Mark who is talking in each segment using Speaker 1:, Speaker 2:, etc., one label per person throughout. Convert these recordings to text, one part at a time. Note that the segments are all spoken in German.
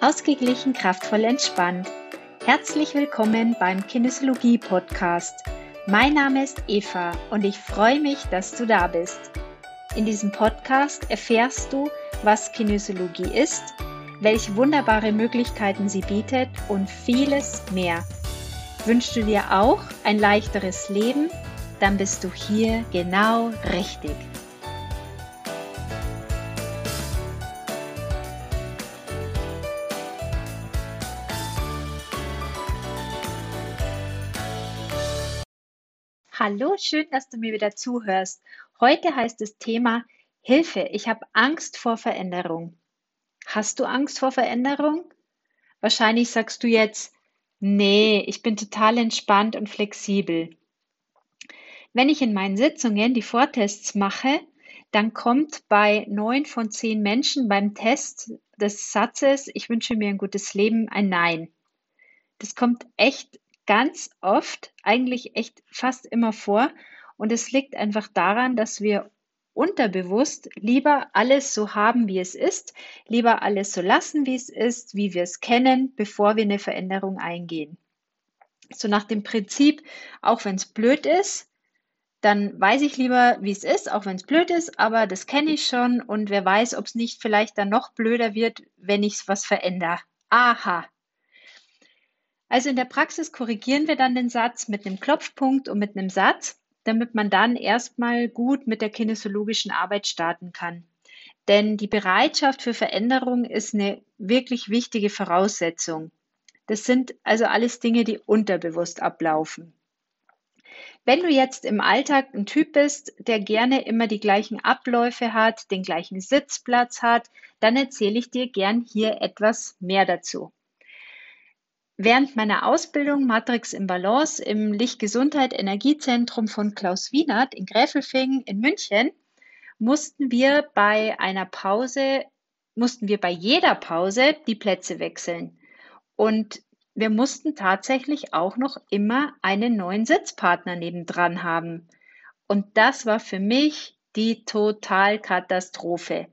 Speaker 1: Ausgeglichen, kraftvoll, entspannt. Herzlich willkommen beim Kinesiologie-Podcast. Mein Name ist Eva und ich freue mich, dass du da bist. In diesem Podcast erfährst du, was Kinesiologie ist, welche wunderbare Möglichkeiten sie bietet und vieles mehr. Wünschst du dir auch ein leichteres Leben? Dann bist du hier genau richtig. Hallo, schön, dass du mir wieder zuhörst. Heute heißt das Thema Hilfe, ich habe Angst vor Veränderung. Hast du Angst vor Veränderung? Wahrscheinlich sagst du jetzt, nee, ich bin total entspannt und flexibel. Wenn ich in meinen Sitzungen die Vortests mache, dann kommt bei 9 von 10 Menschen beim Test des Satzes, ich wünsche mir ein gutes Leben, ein Nein. Das kommt echt ganz oft, eigentlich echt fast immer vor. Und es liegt einfach daran, dass wir unterbewusst lieber alles so haben, wie es ist, lieber alles so lassen, wie es ist, wie wir es kennen, bevor wir eine Veränderung eingehen. So nach dem Prinzip, auch wenn es blöd ist, dann weiß ich lieber, wie es ist, auch wenn es blöd ist, aber das kenne ich schon und wer weiß, ob es nicht vielleicht dann noch blöder wird, wenn ich was verändere. Aha. Also in der Praxis korrigieren wir dann den Satz mit einem Klopfpunkt und mit einem Satz, damit man dann erstmal gut mit der kinesiologischen Arbeit starten kann. Denn die Bereitschaft für Veränderung ist eine wirklich wichtige Voraussetzung. Das sind also alles Dinge, die unterbewusst ablaufen. Wenn du jetzt im Alltag ein Typ bist, der gerne immer die gleichen Abläufe hat, den gleichen Sitzplatz hat, dann erzähle ich dir gern hier etwas mehr dazu. Während meiner Ausbildung Matrix in Balance im Licht-Gesundheit-Energiezentrum von Klaus Wienert in Gräfelfing in München mussten wir bei jeder Pause die Plätze wechseln. Und wir mussten tatsächlich auch noch immer einen neuen Sitzpartner nebendran haben. Und das war für mich die Totalkatastrophe.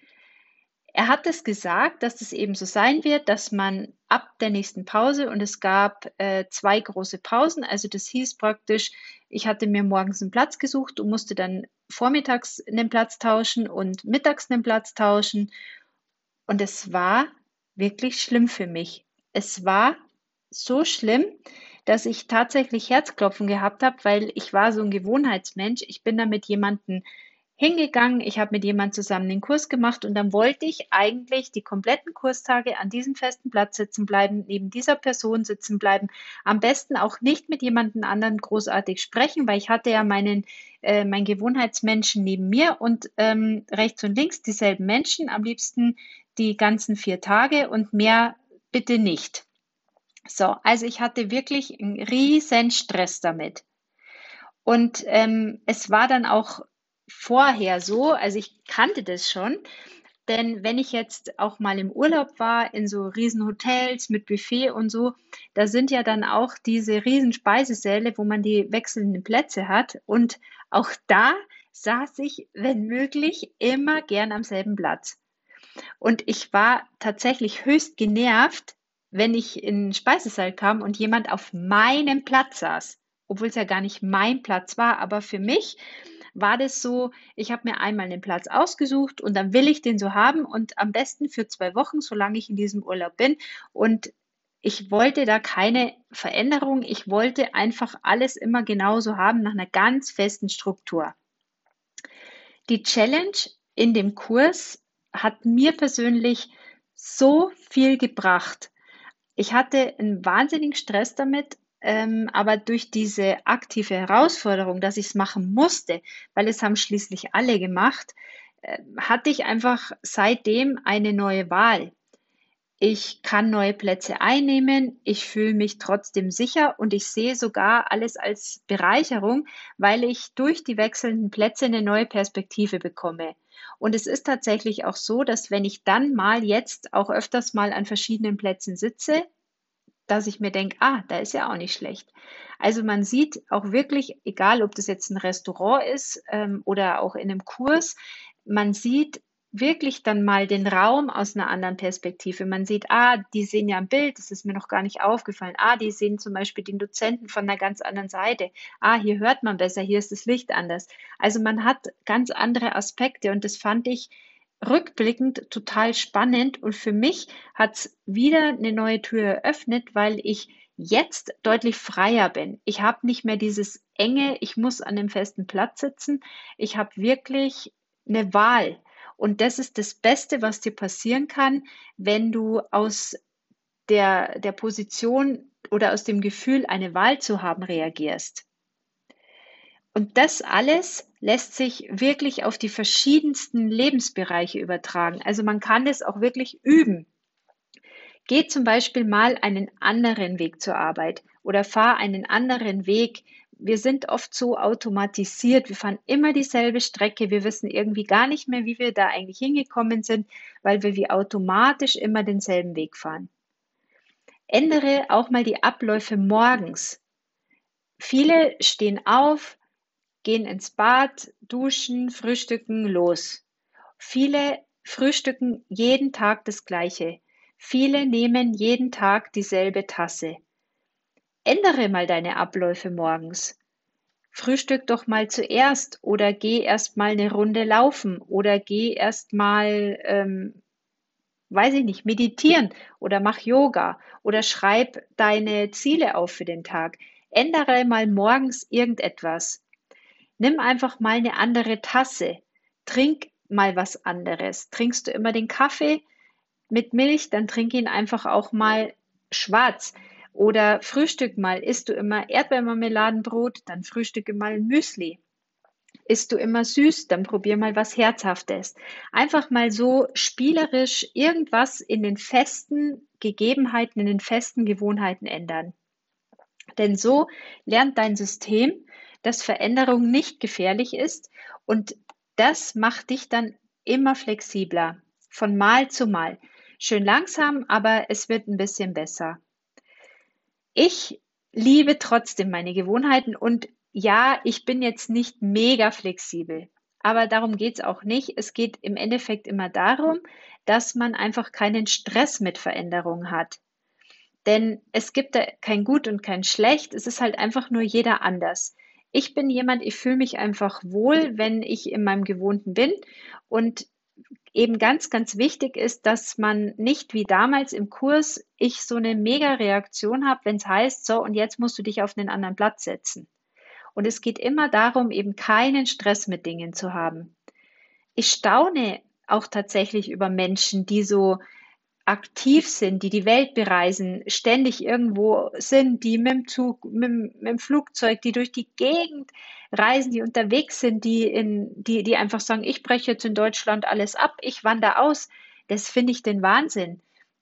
Speaker 1: Er hat es gesagt, dass es eben so sein wird, dass man ab der nächsten Pause, und es gab 2 große Pausen, also das hieß praktisch, ich hatte mir morgens einen Platz gesucht und musste dann vormittags einen Platz tauschen und mittags einen Platz tauschen. Und es war wirklich schlimm für mich. Es war so schlimm, dass ich tatsächlich Herzklopfen gehabt habe, weil ich war so ein Gewohnheitsmensch. Ich bin da mit jemandem hingegangen, ich habe mit jemandem zusammen den Kurs gemacht und dann wollte ich eigentlich die kompletten Kurstage an diesem festen Platz sitzen bleiben, neben dieser Person sitzen bleiben, am besten auch nicht mit jemandem anderen großartig sprechen, weil ich hatte ja meinen Gewohnheitsmenschen neben mir und rechts und links dieselben Menschen, am liebsten die ganzen 4 Tage und mehr bitte nicht. So, also ich hatte wirklich einen riesen Stress damit. Und es war dann auch vorher so, also ich kannte das schon, denn wenn ich jetzt auch mal im Urlaub war, in so riesen Hotels mit Buffet und so, da sind ja dann auch diese riesen Speisesäle, wo man die wechselnden Plätze hat. Und auch da saß ich, wenn möglich, immer gern am selben Platz. Und ich war tatsächlich höchst genervt, wenn ich in den Speisesaal kam und jemand auf meinem Platz saß, obwohl es ja gar nicht mein Platz war. Aber für mich war das so, ich habe mir einmal den Platz ausgesucht und dann will ich den so haben und am besten für 2 Wochen, solange ich in diesem Urlaub bin. Und ich wollte da keine Veränderung. Ich wollte einfach alles immer genauso haben, nach einer ganz festen Struktur. Die Challenge in dem Kurs hat mir persönlich so viel gebracht. Ich hatte einen wahnsinnigen Stress damit, aber durch diese aktive Herausforderung, dass ich es machen musste, weil es haben schließlich alle gemacht, hatte ich einfach seitdem eine neue Wahl. Ich kann neue Plätze einnehmen, ich fühle mich trotzdem sicher und ich sehe sogar alles als Bereicherung, weil ich durch die wechselnden Plätze eine neue Perspektive bekomme. Und es ist tatsächlich auch so, dass wenn ich dann mal jetzt auch öfters mal an verschiedenen Plätzen sitze, dass ich mir denke, da ist ja auch nicht schlecht. Also man sieht auch wirklich, egal ob das jetzt ein Restaurant ist oder auch in einem Kurs, man sieht, wirklich dann mal den Raum aus einer anderen Perspektive. Man sieht, die sehen ja ein Bild, das ist mir noch gar nicht aufgefallen. Die sehen zum Beispiel den Dozenten von einer ganz anderen Seite. Hier hört man besser, hier ist das Licht anders. Also man hat ganz andere Aspekte und das fand ich rückblickend total spannend und für mich hat es wieder eine neue Tür eröffnet, weil ich jetzt deutlich freier bin. Ich habe nicht mehr dieses enge, ich muss an einem festen Platz sitzen. Ich habe wirklich eine Wahl. Und das ist das Beste, was dir passieren kann, wenn du aus der Position oder aus dem Gefühl, eine Wahl zu haben, reagierst. Und das alles lässt sich wirklich auf die verschiedensten Lebensbereiche übertragen. Also man kann das auch wirklich üben. Geh zum Beispiel mal einen anderen Weg zur Arbeit oder fahr einen anderen Weg. Wir sind oft so automatisiert, wir fahren immer dieselbe Strecke, wir wissen irgendwie gar nicht mehr, wie wir da eigentlich hingekommen sind, weil wir wie automatisch immer denselben Weg fahren. Ändere auch mal die Abläufe morgens. Viele stehen auf, gehen ins Bad, duschen, frühstücken, los. Viele frühstücken jeden Tag das Gleiche. Viele nehmen jeden Tag dieselbe Tasse. Ändere mal deine Abläufe morgens. Frühstück doch mal zuerst oder geh erst mal eine Runde laufen oder geh erst mal, weiß ich nicht, meditieren oder mach Yoga oder schreib deine Ziele auf für den Tag. Ändere mal morgens irgendetwas. Nimm einfach mal eine andere Tasse. Trink mal was anderes. Trinkst du immer den Kaffee mit Milch, dann trink ihn einfach auch mal schwarz. Oder frühstück mal. Isst du immer Erdbeermarmeladenbrot, dann frühstücke mal ein Müsli. Isst du immer süß, dann probier mal was Herzhaftes. Einfach mal so spielerisch irgendwas in den festen Gegebenheiten, in den festen Gewohnheiten ändern. Denn so lernt dein System, dass Veränderung nicht gefährlich ist und das macht dich dann immer flexibler, von Mal zu Mal. Schön langsam, aber es wird ein bisschen besser. Ich liebe trotzdem meine Gewohnheiten und ja, ich bin jetzt nicht mega flexibel, aber darum geht es auch nicht. Es geht im Endeffekt immer darum, dass man einfach keinen Stress mit Veränderungen hat. Denn es gibt da kein Gut und kein Schlecht. Es ist halt einfach nur jeder anders. Ich bin jemand, ich fühle mich einfach wohl, wenn ich in meinem Gewohnten bin. Und eben ganz, ganz wichtig ist, dass man nicht wie damals im Kurs ich so eine Mega-Reaktion habe, wenn es heißt, so und jetzt musst du dich auf einen anderen Platz setzen. Und es geht immer darum, eben keinen Stress mit Dingen zu haben. Ich staune auch tatsächlich über Menschen, die so aktiv sind, die die Welt bereisen, ständig irgendwo sind, die mit dem Zug, mit dem Flugzeug, die durch die Gegend reisen, die unterwegs sind, die einfach sagen, ich breche jetzt in Deutschland alles ab, ich wandere aus. Das finde ich den Wahnsinn.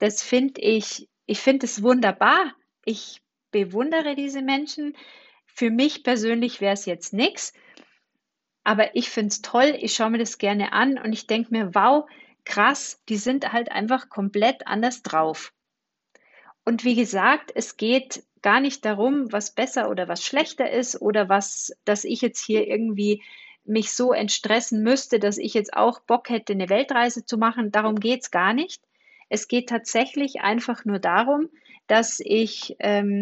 Speaker 1: Ich finde es wunderbar. Ich bewundere diese Menschen. Für mich persönlich wäre es jetzt nichts, aber ich finde es toll, ich schaue mir das gerne an und ich denke mir, wow, krass, die sind halt einfach komplett anders drauf. Und wie gesagt, es geht gar nicht darum, was besser oder was schlechter ist oder was, dass ich jetzt hier irgendwie mich so entstressen müsste, dass ich jetzt auch Bock hätte, eine Weltreise zu machen. Darum geht's gar nicht. Es geht tatsächlich einfach nur darum, dass ich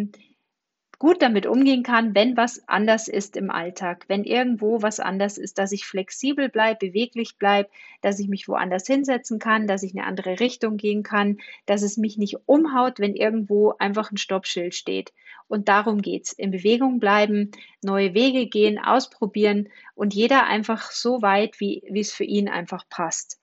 Speaker 1: gut damit umgehen kann, wenn was anders ist im Alltag, wenn irgendwo was anders ist, dass ich flexibel bleibe, beweglich bleibe, dass ich mich woanders hinsetzen kann, dass ich eine andere Richtung gehen kann, dass es mich nicht umhaut, wenn irgendwo einfach ein Stoppschild steht. Und darum geht's. In Bewegung bleiben, neue Wege gehen, ausprobieren und jeder einfach so weit, wie es für ihn einfach passt.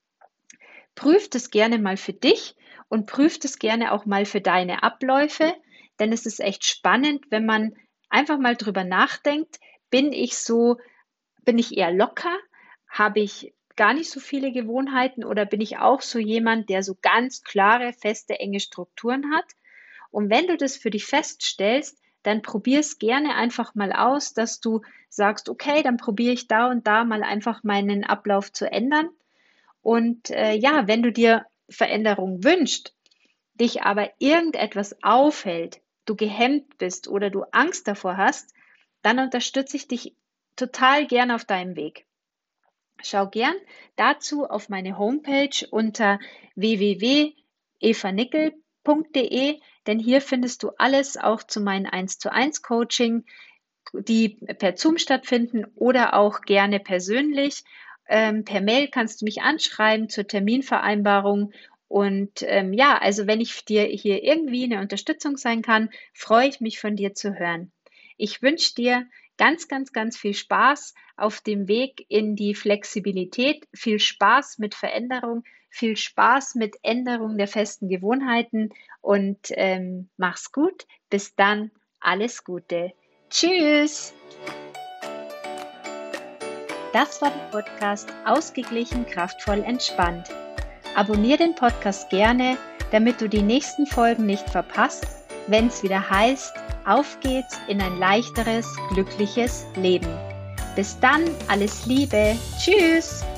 Speaker 1: Prüf das gerne mal für dich und prüf das gerne auch mal für deine Abläufe, denn es ist echt spannend, wenn man einfach mal drüber nachdenkt, bin ich so, bin ich eher locker, habe ich gar nicht so viele Gewohnheiten oder bin ich auch so jemand, der so ganz klare, feste, enge Strukturen hat? Und wenn du das für dich feststellst, dann probier es gerne einfach mal aus, dass du sagst, okay, dann probiere ich da und da mal einfach meinen Ablauf zu ändern und ja, wenn du dir Veränderung wünschst, dich aber irgendetwas aufhält, du gehemmt bist oder du Angst davor hast, dann unterstütze ich dich total gern auf deinem Weg. Schau gern dazu auf meine Homepage unter www.evanickel.de, denn hier findest du alles auch zu meinen 1:1 Coaching, die per Zoom stattfinden oder auch gerne persönlich. Per Mail kannst du mich anschreiben zur Terminvereinbarung. Und ja, also wenn ich dir hier irgendwie eine Unterstützung sein kann, freue ich mich von dir zu hören. Ich wünsche dir ganz, ganz, ganz viel Spaß auf dem Weg in die Flexibilität, viel Spaß mit Veränderung, viel Spaß mit Änderung der festen Gewohnheiten und mach's gut. Bis dann, alles Gute. Tschüss! Das war der Podcast Ausgeglichen, kraftvoll, entspannt. Abonnier den Podcast gerne, damit du die nächsten Folgen nicht verpasst, wenn es wieder heißt, auf geht's in ein leichteres, glückliches Leben. Bis dann, alles Liebe. Tschüss!